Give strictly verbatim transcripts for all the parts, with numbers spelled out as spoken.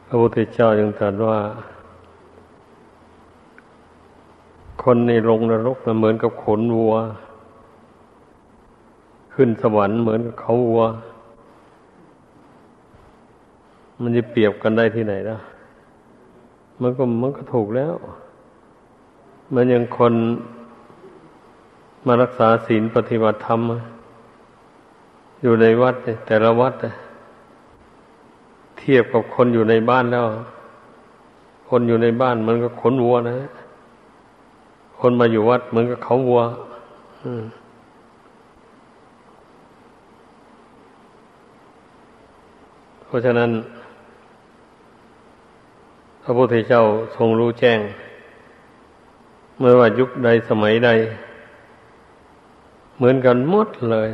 พระพุทธเจ้ายังตรัสว่าคนในลงนรกน่ะเหมือนกับขนวัวขึ้นสวรรค์เหมือนกับเขาวัวมันจะเปรียบกันได้ที่ไหนล่ะมันก็มันก็ถูกแล้วมันยังคนมารักษาศีลปฏิบัติธรรมอยู่ในวัดแต่ละวัดเทียบกับคนอยู่ในบ้านแล้วคนอยู่ในบ้านมันก็ขนวัวนะคนมาอยู่วัดเหมือนกับเขาวัวเพราะฉะนั้นพระพุทธเจ้าทรงรู้แจ้งเมื่อว่ายุคใดสมัยใดเหมือนกันหมดเลย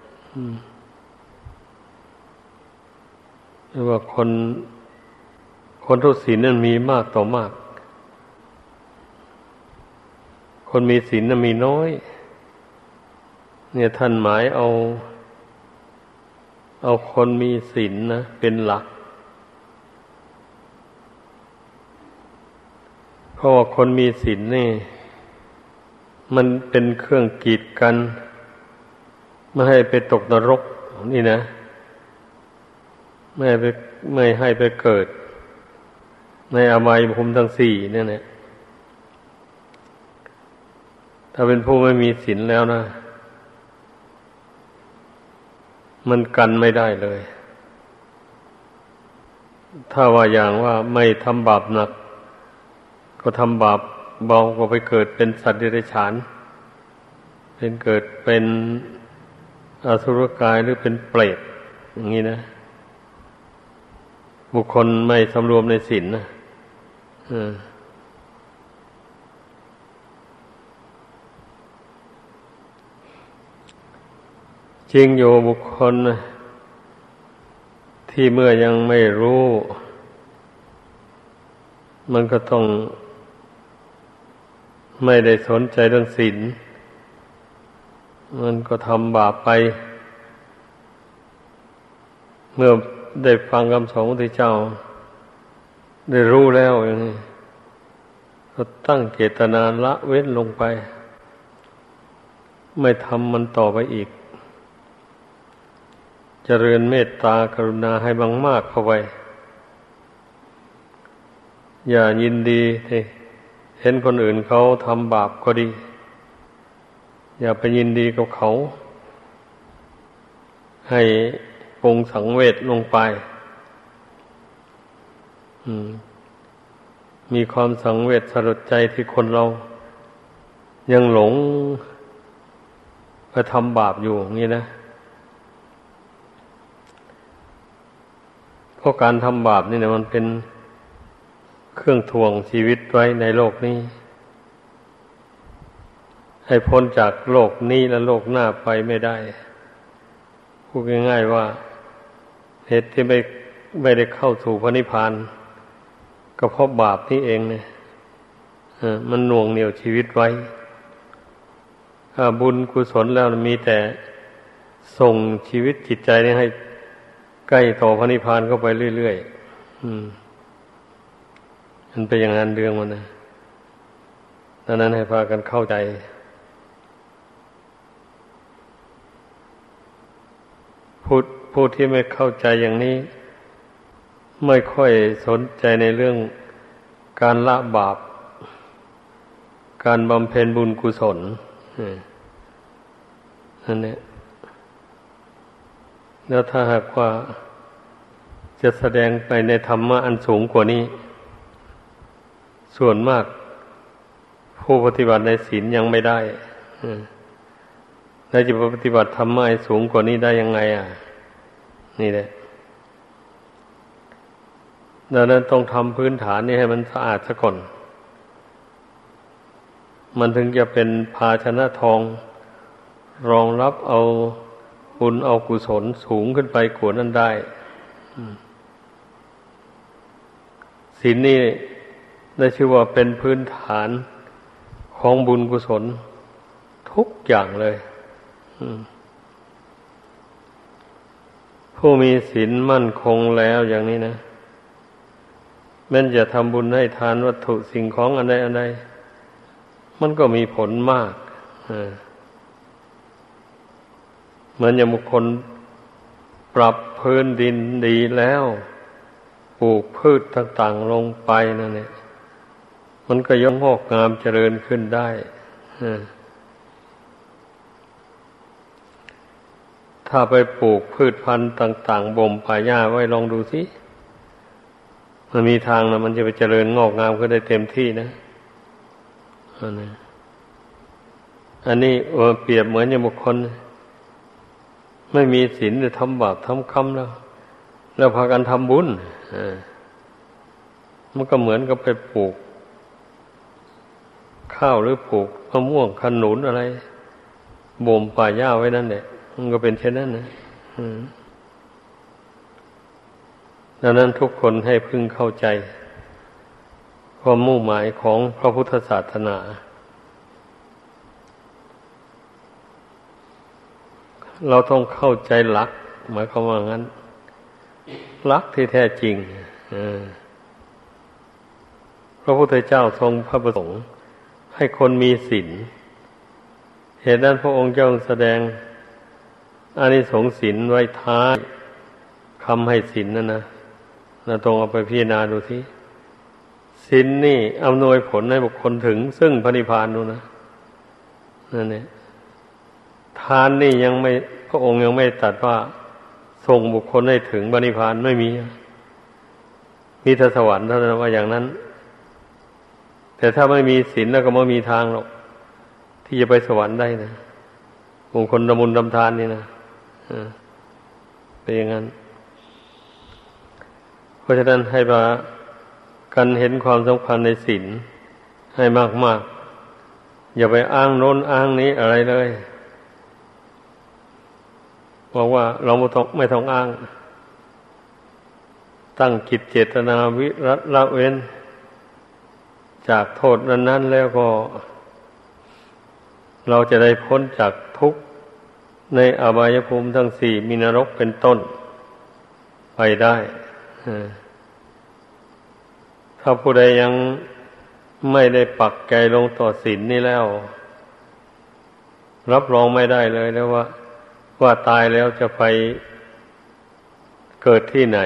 เรียกว่าคนคนทุศีลนั้นมีมากต่อมากคนมีศีลนั้นมีน้อยเนี่ยท่านหมายเอาเอาคนมีศีลนะเป็นหลักเพราะว่าคนมีศีลนี่มันเป็นเครื่องกีดกันไม่ให้ไปตกนรกนี่นะไม่ให้ไปไม่ให้ไปเกิดในอบายภูมิทั้งสี่เนี่ยนะถ้าเป็นผู้ไม่มีศีลแล้วนะมันกันไม่ได้เลยถ้าว่าอย่างว่าไม่ทำบาปหนักก็ทำบาปเบาก็ไปเกิดเป็นสัตว์เดรัจฉานเป็นเกิดเป็นอสุรกายหรือเป็นเปรตอย่างนี้นะบุคคลไม่สำรวมในศีลนะจริงอยู่บุคคลที่เมื่อยังไม่รู้มันก็ต้องไม่ได้สนใจเรื่องศีลมันก็ทำบาปไปเมื่อได้ฟังคำสอนของพระพุทธเจ้าได้รู้แล้วอย่างนี้ก็ตั้งเจตนาละเว้นลงไปไม่ทำมันต่อไปอีกเจริญเมตตากรุณาให้บังมากเข้าไปอย่ายินดีเห็นคนอื่นเขาทำบาปก็ดีอย่าไปยินดีกับเขาให้ปรงสังเวชลงไปมีความสังเวชสลดใจที่คนเรายังหลงไปทำบาปอยู่อย่างนี้นะเพราะการทำบาปนี่เนี่ยมันเป็นเครื่องทวงชีวิตไว้ในโลกนี้ให้พ้นจากโลกนี้และโลกหน้าไปไม่ได้พูดง่ายๆว่าเหตุที่ไม่ไม่ได้เข้าสู่พระนิพพานก็เพราะบาปนี่เองเนี่ยมันหน่วงเหนี่ยวชีวิตไว้บุญกุศลแล้วมีแต่ส่งชีวิตจิตใจนี้ให้ใกล้ต่อพระนิพพานเข้าไปเรื่อยๆอืมมันเป็นอย่างนั้นเรื่องมันนะดังนั้นให้พากันเข้าใจผู้ผู้ที่ไม่เข้าใจอย่างนี้ไม่ค่อยสนใจในเรื่องการละบาปการบำเพ็ญบุญกุศลนั่นแหละแล้วถ้าหากว่าจะแสดงไปในธรรมะอันสูงกว่านี้ส่วนมากผู้ปฏิบัติในศีลยังไม่ได้แล้วจะปฏิบัติธรรมะให้สูงกว่านี้ได้ยังไงอ่ะนี่แหละดังนั้นต้องทำพื้นฐานนี้ให้มันสะอาดซะก่อนมันถึงจะเป็นภาชนะทองรองรับเอาบุญเอากุศลสูงขึ้นไปกว่านั้นได้ศีลนี่ได้ชื่อว่าเป็นพื้นฐานของบุญกุศลทุกอย่างเลยผู้มีศีลมั่นคงแล้วอย่างนี้นะแม้จะทำบุญให้ทานวัตถุสิ่งของอันใดอันใดมันก็มีผลมากเหมือนอย่างบุคคลปรับพื้นดินดีแล้วปลูกพืชต่างๆลงไปนั่นเนี่ยมันก็ย่อมงอกงามเจริญขึ้นได้ถ้าไปปลูกพืชพันธุ์ต่างๆบ่มป่าหญ้าไว้ลองดูสิมันมีทางนะมันจะไปเจริญงอกงามขึ้นได้เต็มที่นะอันนี้อันนี้เปรียบเหมือนอย่างบุคคลไม่มีศีลจะทำบาปทำกรรมแล้วแล้วพากันทำบุญมันก็เหมือนกับไปปลูกข้าวหรือปลูกมะม่วงขนุนอะไรบ่มป่าหญ้าไว้นั่นแหละมันก็เป็นเช่นนั้นนะดังนั้นทุกคนให้พึงเข้าใจความมุ่งหมายของพระพุทธศาสนาเราต้องเข้าใจหลักหมายความว่างั้นหลักที่แท้จริงพระพุทธเจ้าทรงพระประสงค์ให้คนมีศีลเหตุนั้นพระองค์เจ้าแสดงอานิสงส์ศีลไว้ท้ายคำให้ศีลนั่นนะเราต้องเอาไปพิจารณาดูสิศีลนี่อำนวยผลให้บุคคลถึงซึ่งพระนิพพานดูนะนั่นแหละทานนี่ยังไม่พระองค์ยังไม่ตรัสว่าส่งบุคคลให้ถึงพระนิพพานไม่มีมีแต่สวรรค์เท่านั้นว่าอย่างนั้นแต่ถ้าไม่มีศีลแล้วก็ไม่มีทางหรอกที่จะไปสวรรค์ได้นะบางคนทำบุญทำทานนี่นะเป็นอย่างนั้นเพราะฉะนั้นให้มากันเห็นความสำคัญในศีลให้มากๆอย่าไปอ้างโน้นอ้างนี้อะไรเลยบอกว่าเราไม่ต้องไม่ต้องอ้างตั้งจิตเจตนาวิรัตละเว้นจากโทษนั้นๆแล้วก็เราจะได้พ้นจากทุกข์ในอบายภูมิทั้งสี่มีนรกเป็นต้นไปได้ถ้าผู้ใดยังไม่ได้ปักใจลงต่อศีลนี่แล้วรับรองไม่ได้เลยแล้วว่าว่าตายแล้วจะไปเกิดที่ไหน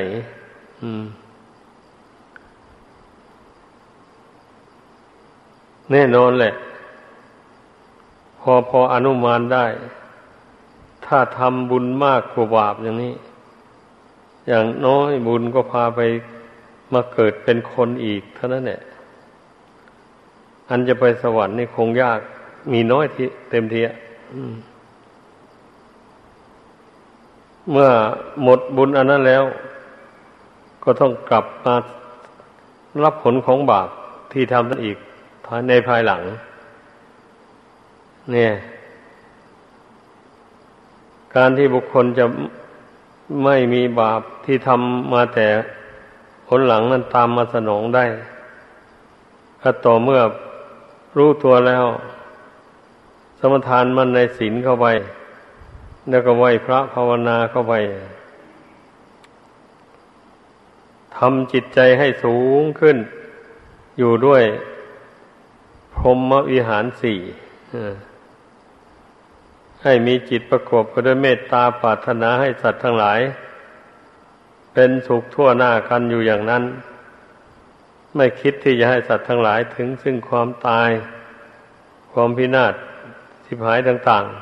แน่นอนแหละพอพออนุมานได้ถ้าทำบุญมากกว่าบาปอย่างนี้อย่างน้อยบุญก็พาไปมาเกิดเป็นคนอีกเท่านั้นแหละอันจะไปสวรรค์นี่คงยากมีน้อยที่เต็มทีอ่ะเมื่อหมดบุญอันนั้นแล้วก็ต้องกลับมารับผลของบาปที่ทำนั่นอีกในภายหลังเนี่ยการที่บุคคลจะไม่มีบาปที่ทำมาแต่ผลหลังนั้นตามมาสนองได้ก็ต่อเมื่อรู้ตัวแล้วสมทานมันในศีลเข้าไปแล้วก็ไหว้พระภาวนาเข้าไปทำจิตใจให้สูงขึ้นอยู่ด้วยพรหมวิหารสี่ให้มีจิตประกอบไปด้วยเมตตาปรารถนาให้สัตว์ทั้งหลายเป็นสุขทั่วหน้ากันอยู่อย่างนั้นไม่คิดที่จะให้สัตว์ทั้งหลายถึงซึ่งความตายความพินาศสิบหายต่าง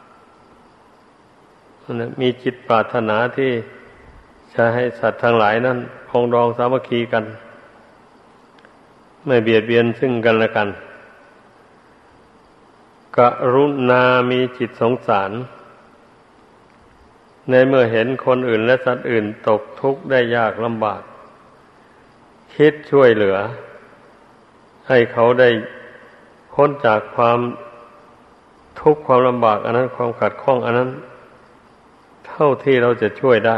ๆมีจิตปรารถนาที่จะให้สัตว์ทั้งหลายนั้นปรองดองสามัคคีกันไม่เบียดเบียนซึ่งกันและกันกรุณามีจิตสงสารในเมื่อเห็นคนอื่นและสัตว์อื่นตกทุกข์ได้ยากลำบากคิดช่วยเหลือให้เขาได้พ้นจากความทุกข์ความลำบากอันนั้นความขัดข้องอันนั้นเท่าที่เราจะช่วยได้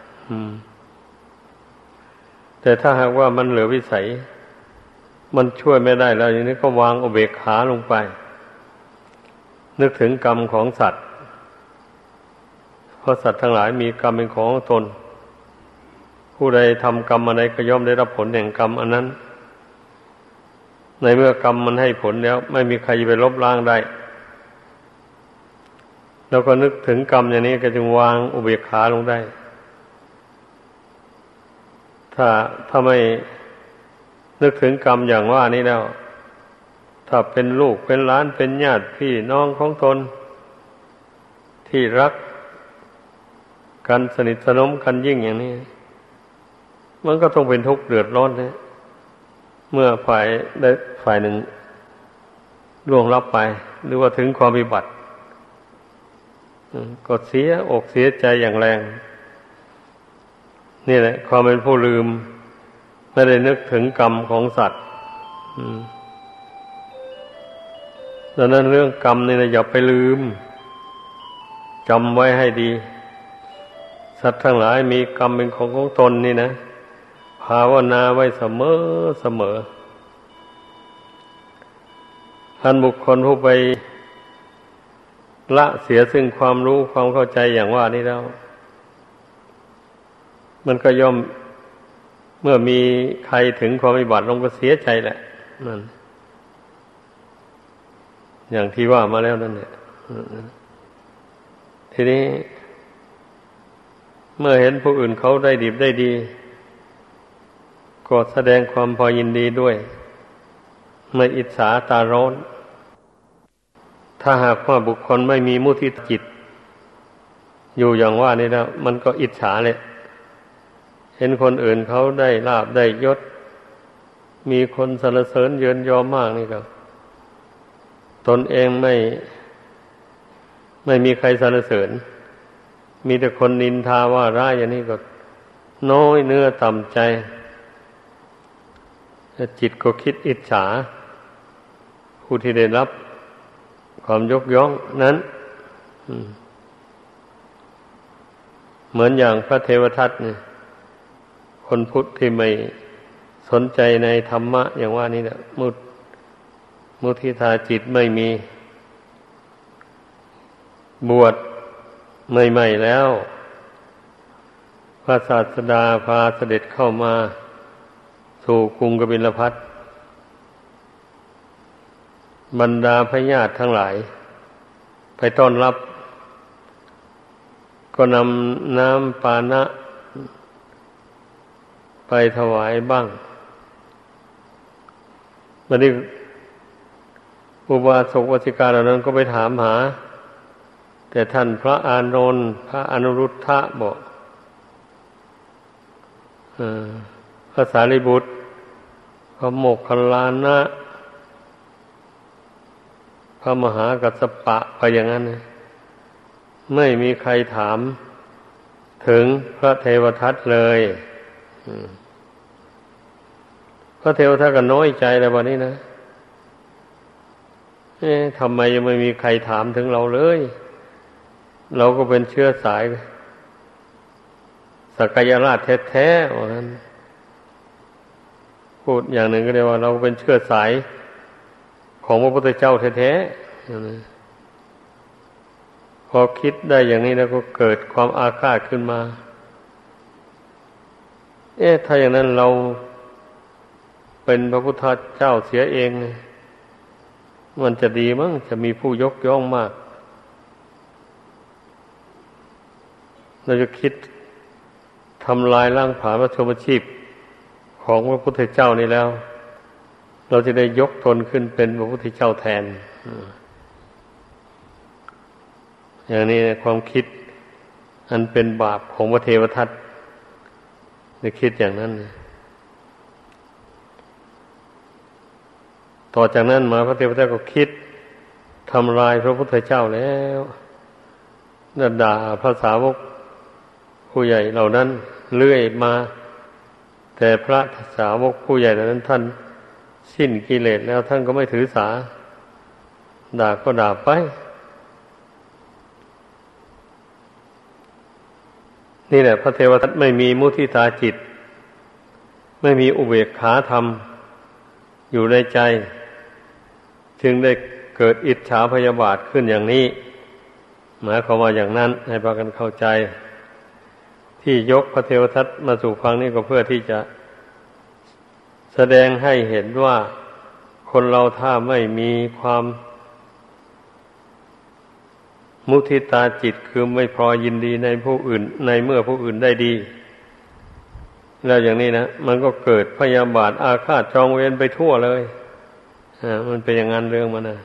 แต่ถ้าหากว่ามันเหลือวิสัยมันช่วยไม่ได้แล้วอย่างนี้ก็วางอุเบกขาลงไปนึกถึงกรรมของสัตว์เพราะสัตว์ทั้งหลายมีกรรมเป็นของตนผผู้ใดทำกรรมอะไรก็ย่อมได้รับผลแห่งกรรมอันนั้นในเมื่อกรรมมันให้ผลแล้วไม่มีใครไปลบล้างได้แล้วก็นึกถึงกรรมอย่างนี้ก็จึงวางอุเบกขาลงได้ถ้าถ้าไม่นึกถึงกรรมอย่างว่านี้แล้วถ้าเป็นลูกเป็นหลานเป็นญาติพี่น้องของตนที่รักกันสนิทสนมกันยิ่งอย่างนี้มันก็ต้องเป็นทุกข์เดือดร้อนนะเมื่อฝ่ายได้ฝ่ายหนึ่งล่วงลับไปหรือว่าถึงความวิบัติก็เสียอกเสียใจอย่างแรงนี่แหละความเป็นผู้ลืมไม่ได้นึกถึงกรรมของสัตว์ดังนั้นเรื่องกรรมนี่นะอย่าไปลืมจำไว้ให้ดีสัตว์ทั้งหลายมีกรรมเป็นของของตนนี่นะภาวนาไว้เสมอเสมอท่านบุคคลผู้ไปละเสียซึ่งความรู้ความเข้าใจอย่างว่านี้แล้วมันก็ย่อมเมื่อมีใครถึงความวิบัติลงก็เสียใจแหละนั่นอย่างที่ว่ามาแล้วนั่นแหละทีนี้เมื่อเห็นผู้อื่นเขาได้ดีได้ดีก็แสดงความพอยินดีด้วยไม่อิจฉาตาร้อนถ้าหากว่าบุคคลไม่มีมุทิตาจิตอยู่อย่างว่านี่แล้วมันก็อิจฉาเลยเห็นคนอื่นเขาได้ลาภได้ยศมีคนสรรเสริญเยินยอมากนี่ก็ตนเองไม่ไม่มีใครสรรเสริญมีแต่คนนินทาว่าร้ายอย่างนี้ก็น้อยเนื้อต่ำใจจิตก็คิดอิจฉาผู้ที่ได้รับความยกย่องนั้นเหมือนอย่างพระเทวทัตเนี่ยคนพุทธที่ไม่สนใจในธรรมะอย่างว่านี่แหละมุตมุทิตาจิตไม่มีบวชใหม่ๆแล้วพระศาสดาพาเสด็จเข้ามาสู่กรุงกบิลพัสดุบรรดาพญาติทั้งหลายไปต้อนรับก็นำน้ำปานะไปถวายบ้างบัดนี้อุบาสกอุบาสิกาเหล่านั้นก็ไปถามหาแต่ท่านพระอานนท์พระอนุรุทธะบอกพระสารีบุตรพระโมคคัลลานะพระมหากัสสปะไปอย่างนั้นไม่มีใครถามถึงพระเทวทัตเลยพระเทวทัตก็น้อยใจแล้ววันนี้นะเอ๊ะทำไมยังไม่มีใครถามถึงเราเลยเราก็เป็นเชื้อสายสักยราชแท้ๆว่างั้นพูดอย่างหนึ่งก็เรียกว่าเราเป็นเชื้อสายของพระพุทธเจ้าแท้ๆพอคิดได้อย่างนี้แล้วก็เกิดความอาฆาตขึ้นมาเอ๊ะถ้าอย่างนั้นเราเป็นพระพุทธเจ้าเสียเองมันจะดีมั้งจะมีผู้ยกย่องมากเราจะคิดทำลายล้างผลาญพระชนมชีพของพระพุทธเจ้านี่แล้วเราจะได้ยกตนขึ้นเป็นพระพุทธเจ้าแทนอย่างนี้ความคิดอันเป็นบาปของพระเทวทัตได้คิดอย่างนั้นต่อจากนั้นมาพระเทวทัตก็คิดทำลายพระพุทธเจ้าแล้วด่าพระสาวกผู้ใหญ่เหล่านั้นเรื่อยมาแต่พระสาวกผู้ใหญ่เหล่านั้นท่านสิ้นกิเลสแล้วท่านก็ไม่ถือสาด่าก็ด่าไปนี่แหละพระเทวทัตไม่มีมุทิตาจิตไม่มีอุเบกขาธรรมอยู่ในใจจึงได้เกิดอิจฉาพยาบาทขึ้นอย่างนี้หมายความว่าอย่างนั้นให้พากันเข้าใจที่ยกพระเทวทัตมาสู่ฟังนี่ก็เพื่อที่จะแสดงให้เห็นว่าคนเราถ้าไม่มีความมุทิตาจิตคือไม่พอยินดีในผู้อื่นในเมื่อผู้อื่นได้ดีแล้วอย่างนี้นะมันก็เกิดพยาบาทอาฆาตจองเวรไปทั่วเลยอ่ามันเป็นอย่างนั้นเรื่องมันนะ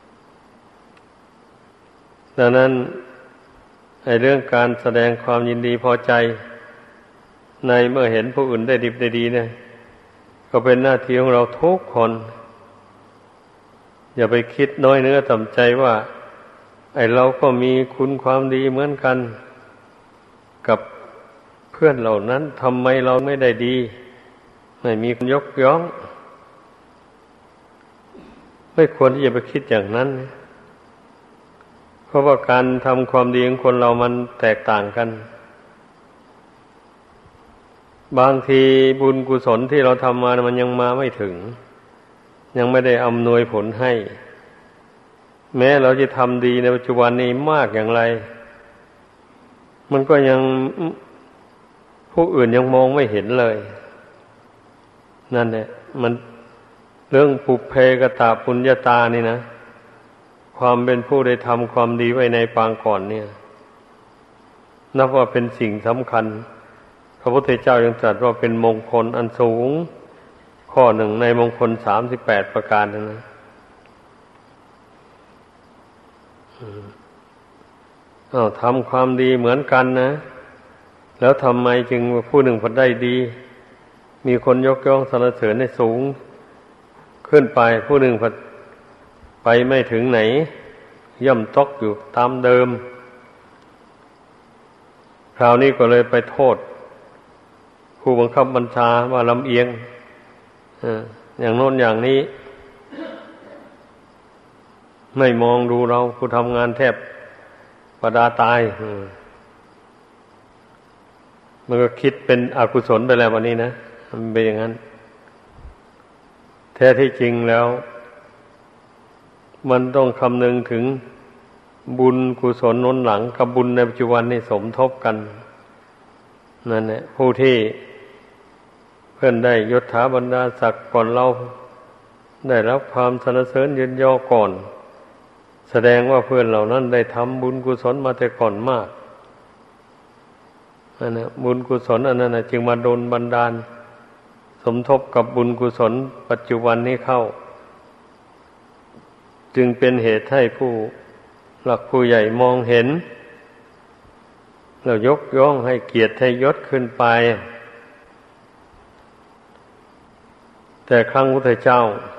ดังนั้นในเรื่องการแสดงความยินดีพอใจในเมื่อเห็นผู้อื่นได้ดีได้ดีเนี่ยก็เป็นหน้าที่ของเราทุกคนอย่าไปคิดน้อยเนื้อต่ำใจว่าไอ้เราก็มีคุณความดีเหมือนกันกับเพื่อนเหล่านั้นทำไมเราไม่ได้ดีไม่มีคนยกย่องไม่ควรที่จะไปคิดอย่างนั้นเพราะว่าการทำความดีของคนเรามันแตกต่างกันบางทีบุญกุศลที่เราทำมามันยังมาไม่ถึงยังไม่ได้อำนวยผลให้แม้เราจะทำดีในปัจจุบันนี้มากอย่างไรมันก็ยังผู้อื่นยังมองไม่เห็นเลยนั่นแหละมันเรื่องปุพเพกตปุญญาตานี่นะความเป็นผู้ได้ทำความดีไว้ในปางก่อนเนี่ยนับว่าเป็นสิ่งสำคัญพระพุทธเจ้ายังตรัสว่าเป็นมงคลอันสูงข้อหนึ่งในมงคลสามสิบแปดประการนะนะอ้าวทำความดีเหมือนกันนะแล้วทำไมจึงผู้หนึ่งผลได้ดีมีคนยกย่องสรรเสริญให้สูงขึ้นไปผู้หนึ่งผลไปไม่ถึงไหนย่ำตกอยู่ตามเดิมคราวนี้ก็เลยไปโทษผู้บังคับบัญชาว่าลำเอียงอย่างโน้นอย่างนี้ไม่มองดูเราผู้ทำงานแทบประดาตายมันก็คิดเป็นอกุศลไปแล้ววันนี้นะมันเป็นอย่างนั้นแท้ที่จริงแล้วมันต้องคำนึงถึงบุญกุศลน้นหลังกับบุญในปัจจุบันนี่สมทบกันนั่นแหละผู้ที่เพื่อนได้ยศถาบรรดาศักดิ์ก่อนเราได้รับความสรรเสริญยืนยอก่อนแสดงว่าเพื่อนเหล่านั้นได้ทำบุญกุศลมาแต่ก่อนมากอันนั้นบุญกุศลอันนั้นจึงมาดลบันดาลสมทบกับบุญกุศลปัจจุบันนี้เข้าจึงเป็นเหตุให้ผู้หลักผู้ใหญ่มองเห็นแล้วยกย่องให้เกียรติให้ยศขึ้นไปแต่ครั้งพุทธเจ้า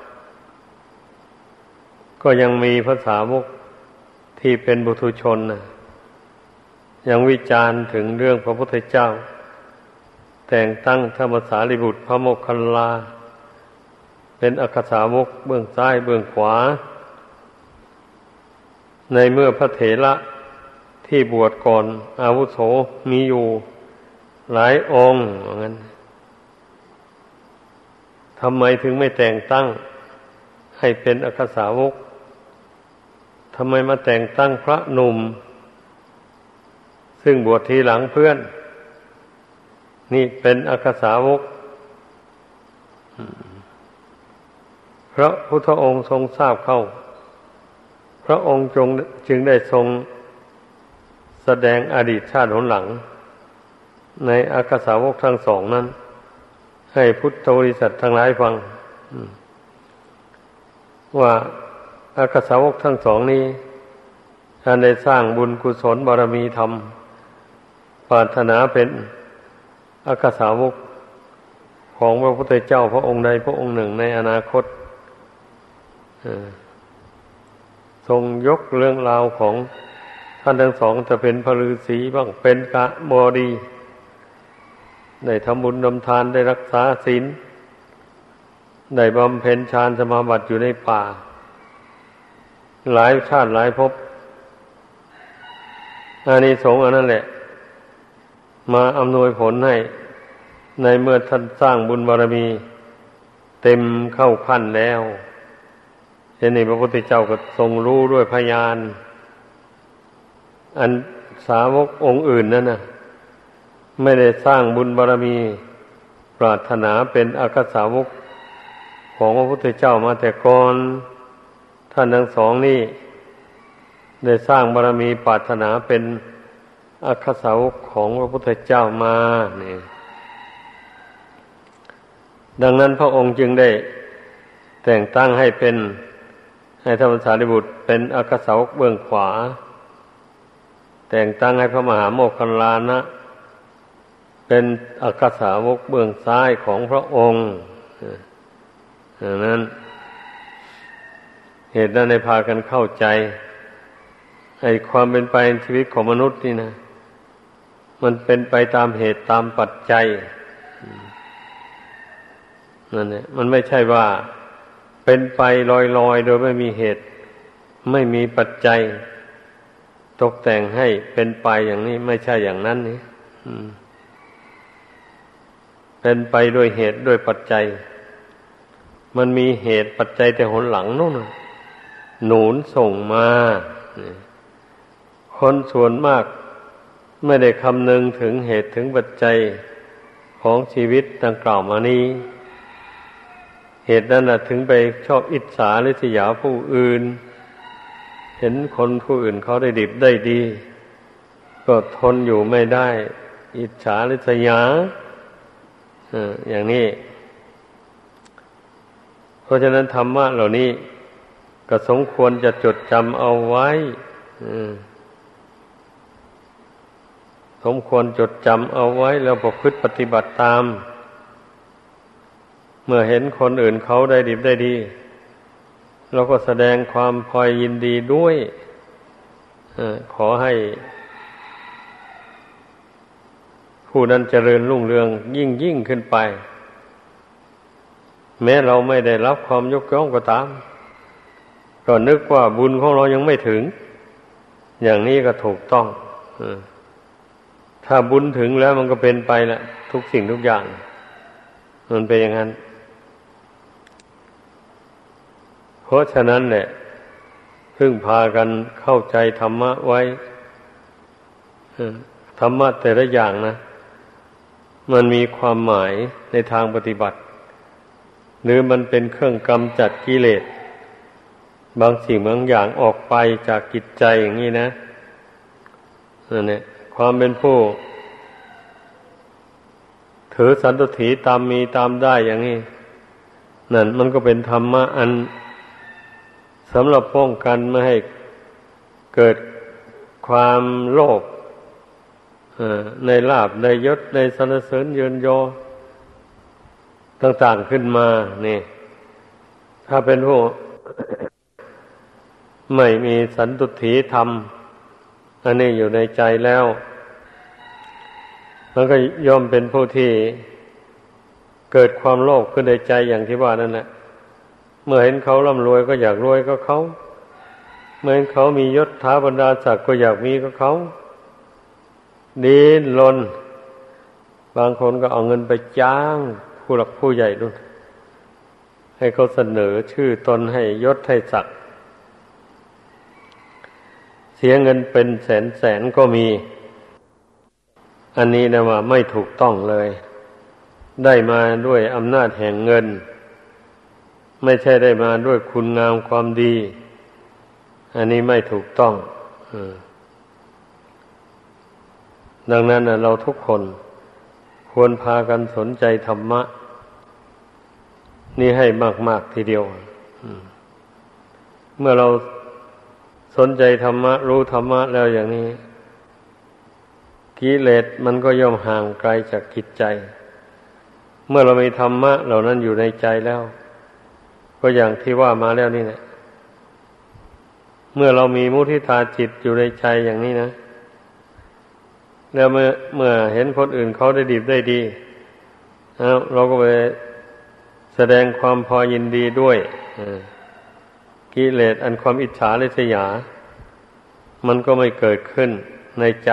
ก็ยังมีพระสาวกที่เป็นบุถุชนนะยังวิจารณ์ถึงเรื่องพระพุทธเจ้าแต่งตั้งธรรมสารีบุตรพระโมคคัลลาเป็นอัครสาวกเบื้องซ้ายเบื้องขวาในเมื่อพระเถระที่บวชก่อนอาวุโสมีอยู่หลายองค์ว่างั้นทำไมถึงไม่แต่งตั้งให้เป็นอัครสาวกทำไมมาแต่งตั้งพระหนุ่มซึ่งบวชทีหลังเพื่อนนี่เป็นอัครสาวกพระพุทธองค์ทรงทราบเข้าพระองค์จงจึงได้ทรงแสดงอดีตชาติหนหลังในอัครสาวกทั้งสองนั้นให้พุทธบริษัททั้งหลายฟังว่าอัครสาวกทั้งสองนี้ท่านได้สร้างบุญกุศลบารมีธรรมปรารถนาเป็นอัครสาวกของพระพุทธเจ้าพระองค์ใดพระองค์หนึ่งในอนาคตทรงยกเรื่องราวของท่านทั้งสองจะเป็นพระฤาษีบ้างเป็นกะบดีได้ทำบุญทำทานได้รักษาศีลได้บำเพ็ญฌานสมาบัติอยู่ในป่าหลายชาติหลายภพอานิสงส์อันนั้นแหละมาอำนวยผลให้ในเมื่อท่านสร้างบุญบารมีเต็มเข้าขั้นแล้วเช่นนี้พระพุทธเจ้าก็ทรงรู้ด้วยพยานอันสาวกองค์อื่นนั่นนะไม่ได้สร้างบุญบารมีปรารถนาเป็นอัคคสาวกของพระพุทธเจ้ามาแต่ก่อนท่านทั้งสองนี่ได้สร้างบารมีปรารถนาเป็นอัคคสาวกของพระพุทธเจ้ามานี่ดังนั้นพระองค์จึงได้แต่งตั้งให้เป็นให้ท่านพระสารีบุตรเป็นอัคคสาวกเบื้องขวาแต่งตั้งให้พระมหาโมคคัลลานะเป็นอัคคสาวกเบื้องซ้ายของพระองค์ดังนั้นเหตุนั้นในพากันเข้าใจไอ้ความเป็นไปในชีวิตของมนุษย์นี่นะมันเป็นไปตามเหตุตามปัจจัยนั่นแหละมันไม่ใช่ว่าเป็นไปลอยๆโดยไม่มีเหตุไม่มีปัจจัยตกแต่งให้เป็นไปอย่างนี้ไม่ใช่อย่างนั้นนี่เป็นไปด้วยเหตุด้วยปัจจัยมันมีเหตุปัจจัยแต่หนหลังนู่นหนุนส่งมาคนส่วนมากไม่ได้คำนึงถึงเหตุถึงปัจจัยของชีวิตดังกล่าวมานี้เหตุนั้นน่ะถึงไปชอบอิจฉาริษยาผู้อื่นเห็นคนผู้อื่นเขาได้ดิบได้ดีก็ทนอยู่ไม่ได้อิจฉาริษยาอย่างนี้เพราะฉะนั้นธรรมะเหล่านี้ก็สมควรจะจดจำเอาไว้สมควรจดจำเอาไว้แล้วประพฤติปฏิบัติตามเมื่อเห็นคนอื่นเขาได้ดิบได้ดีเราก็แสดงความพอยินดีด้วยขอให้ผู้นั้นเจริญรุ่งเรืองยิ่งยิ่งขึ้นไปแม้เราไม่ได้รับความยกย่องก็ตามก็นึกว่าบุญของเรายังไม่ถึงอย่างนี้ก็ถูกต้องถ้าบุญถึงแล้วมันก็เป็นไปละทุกสิ่งทุกอย่างมันเป็นอย่างนั้นเพราะฉะนั้นแหละพึ่งพากันเข้าใจธรรมะไว้ธรรมะแต่ละอย่างนะมันมีความหมายในทางปฏิบัติหรือมันเป็นเครื่องกำจัดกิเลสบางสิ่งบางอย่างออกไปจากจิตใจอย่างนี้นะนั่นแหละความเป็นผู้ถือสันตุถีตามมีตามได้อย่างนี้นั่นมันก็เป็นธรรมะอันสำหรับป้องกันไม่ให้เกิดความโลภในลาภในยศในสรรเสริญเยินยอต่างๆขึ้นมานี่ถ้าเป็นผู้ ไม่มีสันตุถีธรรมอันนี้อยู่ในใจแล้วมันก็ย่อมเป็นผู้ที่เกิดความโลภขึ้นในใจอย่างที่ว่านั่นแหละเมื่อเห็นเขาร่ำรวยก็อยากรวยก็เขาเมื่อเห็นเขามียศถาบรรดาศักดิ์ก็อยากมีก็เขาดิ้นรนบางคนก็เอาเงินไปจ้างผู้หลักผู้ใหญ่ด้วยให้เขาเสนอชื่อตนให้ยศให้ศักดิ์เสียเงินเป็นแสนแสนก็มีอันนี้นะว่าไม่ถูกต้องเลยได้มาด้วยอำนาจแห่งเงินไม่ใช่ได้มาด้วยคุณงามความดีอันนี้ไม่ถูกต้องดังนั้นเราทุกคนควรพากันสนใจธรรมะนี่ให้มากๆทีเดียวเมื่อเราสนใจธรรมะรู้ธรรมะแล้วอย่างนี้กิเลสมันก็ย่อมห่างไกลจากจิตใจเมื่อเรามีธรรมะเหล่านั้นอยู่ในใจแล้วก็อย่างที่ว่ามาแล้วนี่แหละเมื่อเรามีมุทิตาจิตอยู่ในใจอย่างนี้นะแล้วเมื่อเมื่อเห็นคนอื่นเขาได้ดีได้ดีเราก็ไปแสดงความพอยินดีด้วยกิเลสอันความอิจฉาริษยามันก็ไม่เกิดขึ้นในใจ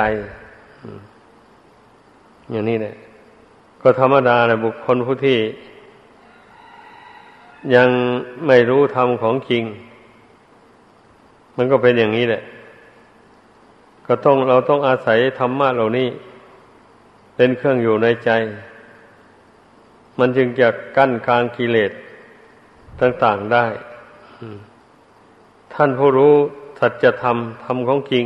อย่างนี้แหละก็ธรรมดาแหละบุคคลผู้ที่ยังไม่รู้ธรรมของจริงมันก็เป็นอย่างนี้แหละก็ต้องเราต้องอาศัยธรรมะเหล่านี้เเป็นเครื่องอยู่ในใจมันจึงจะกั้นกลางกิเลสต่างๆได้ท่านผู้รู้สัจธรรมธรรมของจริง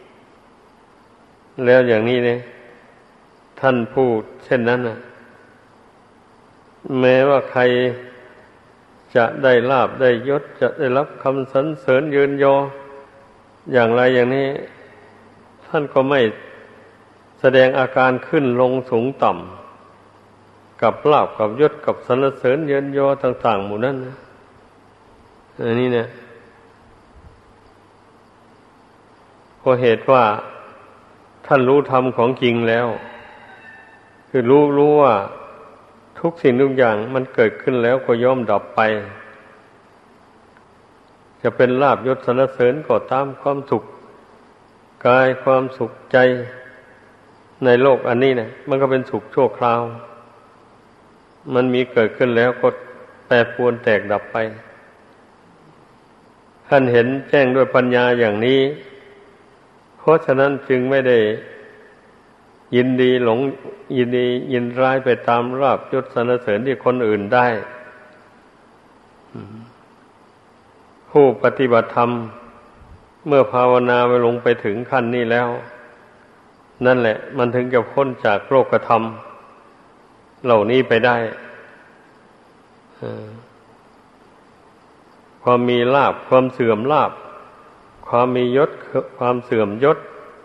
แล้วอย่างนี้เนี่ยท่านพูดเช่นนั้นนะแม้ว่าใครจะได้ลาภได้ยศจะได้รับคำสรรเสริญยืนยออย่างไรอย่างนี้ท่านก็ไม่แสดงอาการขึ้นลงสูงต่ำกับลาภกับยศกับสรรเสริญยืนยอต่างๆหมู่นั้นนะอันนี้เนี่ยเพราะเหตุว่าท่านรู้ธรรมของจริงแล้วคือรู้รู้ว่าทุกสิ่งทุกอย่างมันเกิดขึ้นแล้วก็ย่อมดับไปจะเป็นลาภยศสรรเสริญก็ตามความสุขกายความสุขใจในโลกอันนี้เนี่ยมันก็เป็นสุขชั่วคราวมันมีเกิดขึ้นแล้วก็แปรปรวนแตกดับไปท่านเห็นแจ้งด้วยปัญญาอย่างนี้เพราะฉะนั้นจึงไม่ได้ยินดีหลงยินดียินร้ายไปตามลาภยศสรรเสริญที่คนอื่นได้ผู้ปฏิบัติธรรมเมื่อภาวนาไปลงไปถึงขั้นนี้แล้วนั่นแหละมันถึงจะพ้นจากโลกธรรมเหล่านี้ไปได้ความมีลาภความเสื่อมลาภความมียศความเสื่อมยศ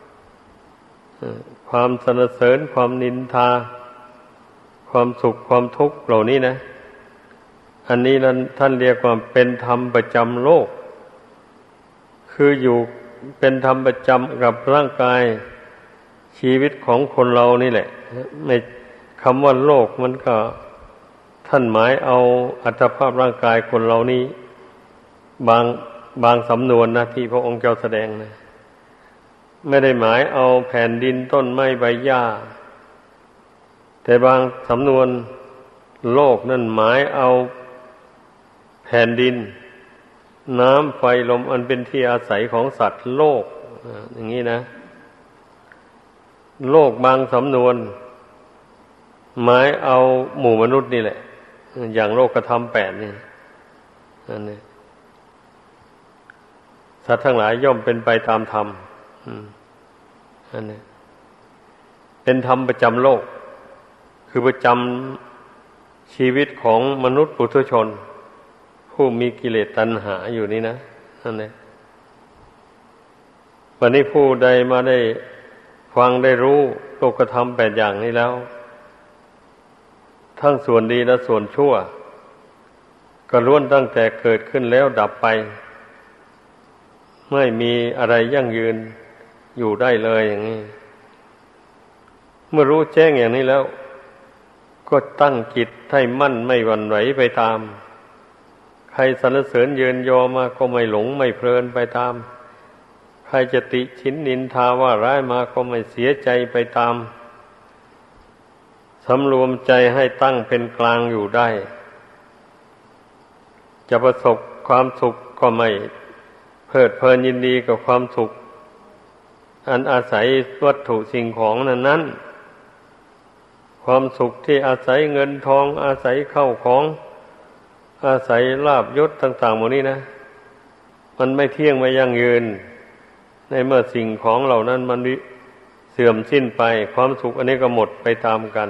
ความสรรเสริญความนินทาความสุขความทุกข์เหล่านี้นะอันนี้นั้นท่านเรียกว่าเป็นธรรมประจำโลกคืออยู่เป็นธรรมประจำกับร่างกายชีวิตของคนเรานี่แหละในคำว่าโลกมันก็ท่านหมายเอาอัตภาพร่างกายคนเรานี้บางบางสำนวนนะที่พระองค์เจ้าแสดงนะไม่ได้หมายเอาแผ่นดินต้นไม้ใบหญ้าแต่บางสำนวนโลกนั่นหมายเอาแผ่นดินน้ำไฟลมอันเป็นที่อาศัยของสัตว์โลกอย่างนี้นะโลกบางสำนวนหมายเอาหมู่มนุษย์นี่แหละอย่างโลกธรรมแปดนี่อันนี้สัตว์ทั้งหลายย่อมเป็นไปตามธรรมอันนี้เป็นธรรมประจำโลกคือประจำชีวิตของมนุษย์ปุถุชนผู้มีกิเลสตัณหาอยู่นี่นะนั่นเองวันนี้ผู้ใดมาได้ฟังได้รู้โลกธรรมแปดอย่างนี้แล้วทั้งส่วนดีและส่วนชั่วก็ล้วนตั้งแต่เกิดขึ้นแล้วดับไปไม่มีอะไรยั่งยืนอยู่ได้เลยอย่างนี้เมื่อรู้แจ้งอย่างนี้แล้วก็ตั้งจิตให้มั่นไม่หวั่นไหวไปตามใครสรรเสริญเยินยอมาก็ไม่หลงไม่เพลินไปตามใครจะติฉินนินทาว่าร้ายมาก็ไม่เสียใจไปตามสำรวมใจให้ตั้งเป็นกลางอยู่ได้จะประสบความสุขก็ไม่เพลิดเพลินยินดีกับความสุขอันอาศัยวัตถุสิ่งของนั้นนั้นความสุขที่อาศัยเงินทองอาศัยเข้าของอาศัยลาภยศต่างๆหมดนี้นะมันไม่เที่ยงไม่ยั่งยืนในเมื่อสิ่งของเหล่านั้นมันเสื่อมสิ้นไปความสุขอันนี้ก็หมดไปตามกัน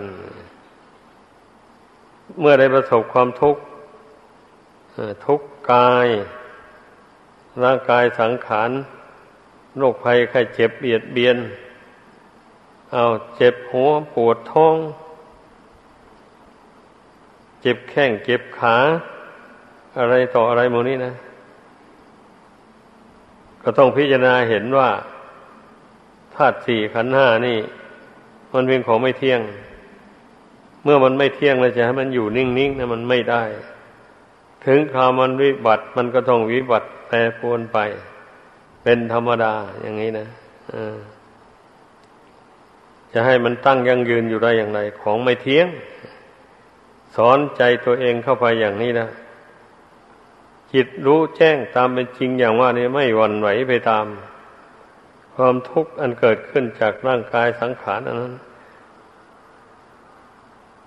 เมื่อได้ประสบความทุกข์ทุกข์กายร่างกายสังขารโรคภัยไข้เจ็บเบียดเบียนเอาเจ็บหัวปวดท้องเจ็บแข้งเจ็บขาอะไรต่ออะไรหมดนี้นะก็ต้องพิจารณาเห็นว่าธาตุสี่ขันธ์ห้านี่มันเป็นของไม่เที่ยงเมื่อมันไม่เที่ยงแล้วจะให้มันอยู่นิ่งๆนะมันไม่ได้ถึงคราวมันวิบัติมันก็ต้องวิบัติแปรปรวนไปเป็นธรรมดาอย่างนี้นะจะให้มันตั้งยั่งยืนอยู่ได้อย่างไรของไม่เที่ยงสอนใจตัวเองเข้าไปอย่างนี้นะจิตรู้แจ้งตามเป็นจริงอย่างว่านี่ไม่หวั่นไหวไปตามความทุกข์อันเกิดขึ้นจากร่างกายสังขารอันนั้น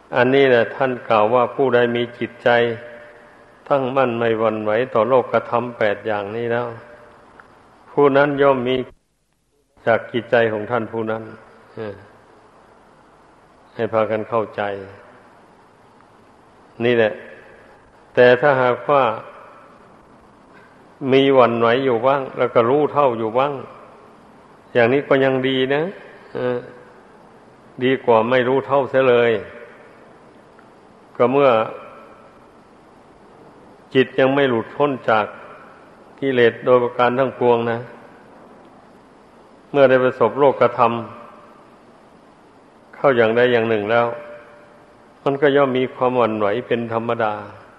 อันนี้แหละท่านกล่าวว่าผู้ใดมีจิตใจตั้งมั่นไม่หวั่นไหวต่อโลกธรรมแปดอย่างนี้แล้วผู้นั้นย่อมมีจากจิตใจของท่านผู้นั้นให้พากันเข้าใจนี่แหละแต่ถ้าหากว่ามีหวั่นไหวอยู่บ้างแล้วก็รู้เท่าอยู่บ้างอย่างนี้ก็ยังดีนะดีกว่าไม่รู้เท่าเสียเลยก็เมื่อจิตยังไม่หลุดพ้นจากกิเลสโดยประการทั้งปวงนะเมื่อได้ประสบโลกธรรมเข้าอย่างใดอย่างหนึ่งแล้วมันก็ย่อมมีความหวั่นไหวเป็นธรรมดา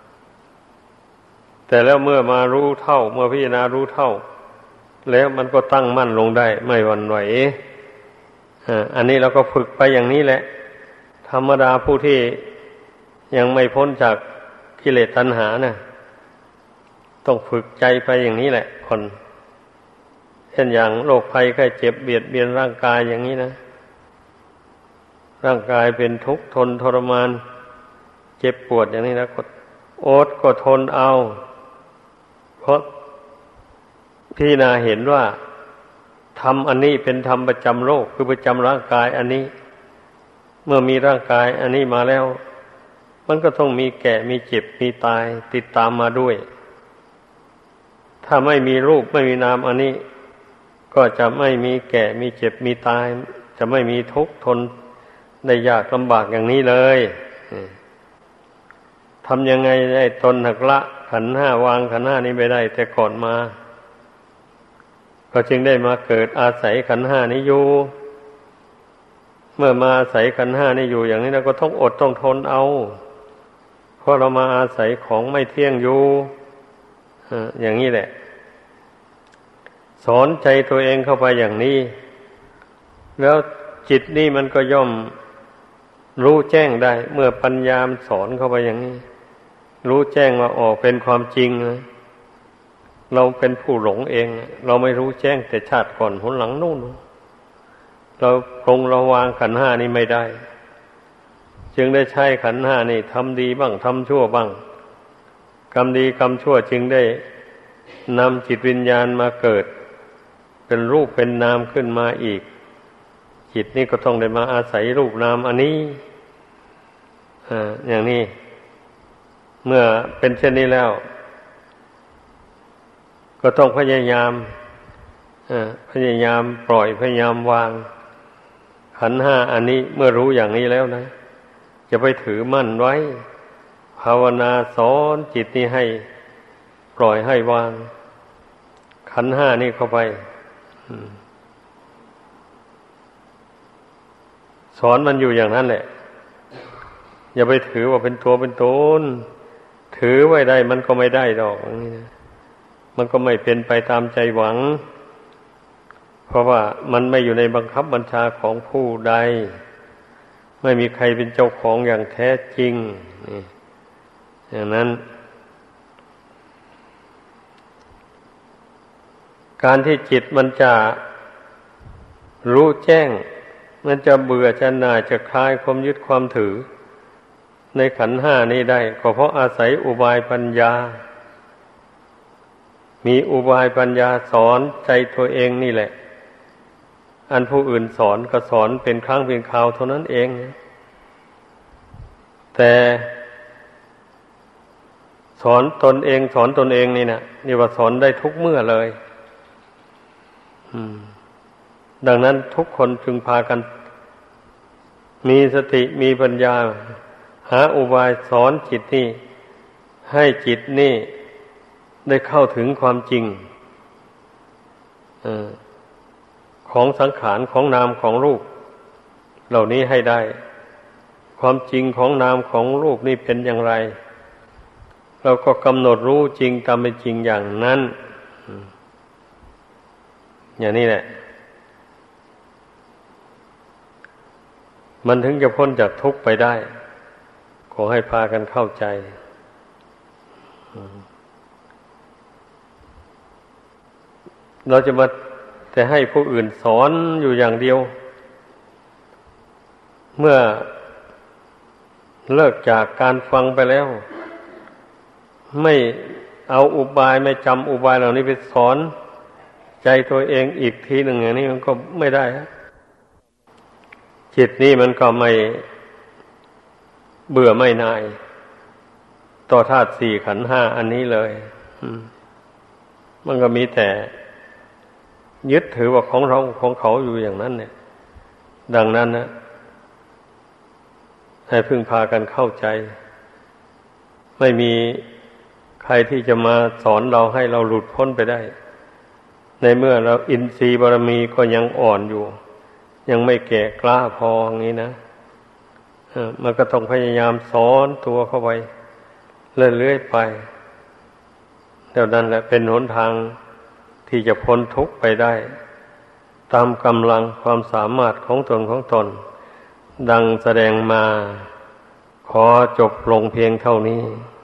แต่แล้วเมื่อมารู้เท่าเมื่อพิจารณารู้เท่าแล้วมันก็ตั้งมั่นลงได้ไม่หวั่นไหวอันนี้เราก็ฝึกไปอย่างนี้แหละธรรมดาผู้ที่ยังไม่พ้นจากกิเลสตัณหานะต้องฝึกใจไปอย่างนี้แหละคนเช่นอย่างโรคภัยไข้เจ็บเบียดเบียนร่างกายอย่างนี้นะร่างกายเป็นทุกข์ทนทรมานเจ็บปวดอย่างนี้นะก็อดก็ทนเอาเพราะพี่นาเห็นว่าธรรมอันนี้เป็นธรรมประจำโลกคือประจำร่างกายอันนี้เมื่อมีร่างกายอันนี้มาแล้วมันก็ต้องมีแก่มีเจ็บมีตายติดตามมาด้วยถ้าไม่มีรูปไม่มีนามอันนี้ก็จะไม่มีแก่มีเจ็บมีตายจะไม่มีทุกข์ทนได้ยากลำบากอย่างนี้เลยทำยังไงได้ตนหักละขันธ์ห้าวางขันธ์ห้านี้ไปได้แต่ก่อนมาก็จึงได้มาเกิดอาศัยขันธ์ห้านี้อยู่เมื่อมาอาศัยขันธ์ห้านี้อยู่อย่างนี้เราก็ต้องอดต้องทนเอาเพราะเรามาอาศัยของไม่เที่ยงอยู่อย่างนี้แหละสอนใจตัวเองเข้าไปอย่างนี้แล้วจิตนี่มันก็ย่อมรู้แจ้งได้เมื่อปัญญามสอนเข้าไปอย่างนี้รู้แจ้งว่าออกเป็นความจริงนะเราเป็นผู้หลงเองเราไม่รู้แจ้งแต่ชาติก่อนหนหลังนู่นเราคงเราวางขันธ์ห้านี้ไม่ได้จึงได้ใช้ขันธ์ห้านี่ทำดีบ้างทำชั่วบ้างกรรมดีกรรมชั่วจึงได้นำจิตวิญญาณมาเกิดเป็นรูปเป็นนามขึ้นมาอีกจิตนี่ก็ต้องได้มาอาศัยรูปนามอันนี้อ่าอย่างนี้เมื่อเป็นเช่นนี้แล้วก็ต้องพยายามอ่าพยายามปล่อยพยายามวางขันธ์ห้าอันนี้เมื่อรู้อย่างนี้แล้วนะจะไปถือมั่นไว้ภาวนาสอนจิตนี้ให้ปล่อยให้วางขันธ์ห้านี่เข้าไปสอนมันอยู่อย่างนั้นแหละอย่าไปถือว่าเป็นตัวเป็นตนถือไว้ได้มันก็ไม่ได้ดอกนี่นะมันก็ไม่เป็นไปตามใจหวังเพราะว่ามันไม่อยู่ในบังคับบัญชาของผู้ใดไม่มีใครเป็นเจ้าของอย่างแท้จริงนี่อย่างนั้นการที่จิตมันจะรู้แจ้งมันจะเบื่อจะหน่ายจะคลายความยึดความถือในขันธ์ห้านี้ได้ก็เพราะอาศัยอุบายปัญญามีอุบายปัญญาสอนใจตัวเองนี่แหละอันผู้อื่นสอนก็สอนเป็นครั้งเป็นคราวเท่านั้นเองแต่สอนตนเองสอนตนเองนี่นะนี่ว่าสอนได้ทุกเมื่อเลยดังนั้นทุกคนพึงพากันมีสติมีปัญญาหาอุบายสอนจิตนี่ให้จิตนี่ได้เข้าถึงความจริงของสังขารของนามของรูปเหล่านี้ให้ได้ความจริงของนามของรูปนี่เป็นอย่างไรเราก็กำหนดรู้จริงตามเป็นจริงอย่างนั้นอย่างนี้แหละมันถึงจะพ้นจากทุกข์ไปได้ขอให้พากันเข้าใจเราจะมาแต่ให้ผู้อื่นสอนอยู่อย่างเดียวเมื่อเลิกจากการฟังไปแล้วไม่เอาอุบายไม่จำอุบายเหล่านี้ไปสอนใจตัวเองอีกทีหนึ่งอย่างนี้มันก็ไม่ได้ฮะจิตนี้มันก็ไม่เบื่อไม่นายต่อธาตุสี่ขันธ์ห้าอันนี้เลยมันก็มีแต่ยึดถือว่าของเราของเขาอยู่อย่างนั้นเนี่ยดังนั้นนะให้พึ่งพากันเข้าใจไม่มีใครที่จะมาสอนเราให้เราหลุดพ้นไปได้ในเมื่อเราอินทรีย์บารมีก็ยังอ่อนอยู่ยังไม่แก่กล้าพออย่างนี้นะมันก็ต้องพยายามสอนตัวเข้าไปเรื่อยๆไปเท่านั้นแหละเป็นหนทางที่จะพ้นทุกข์ไปได้ตามกำลังความสามารถของตนของตนดังแสดงมาขอจบลงเพียงเท่านี้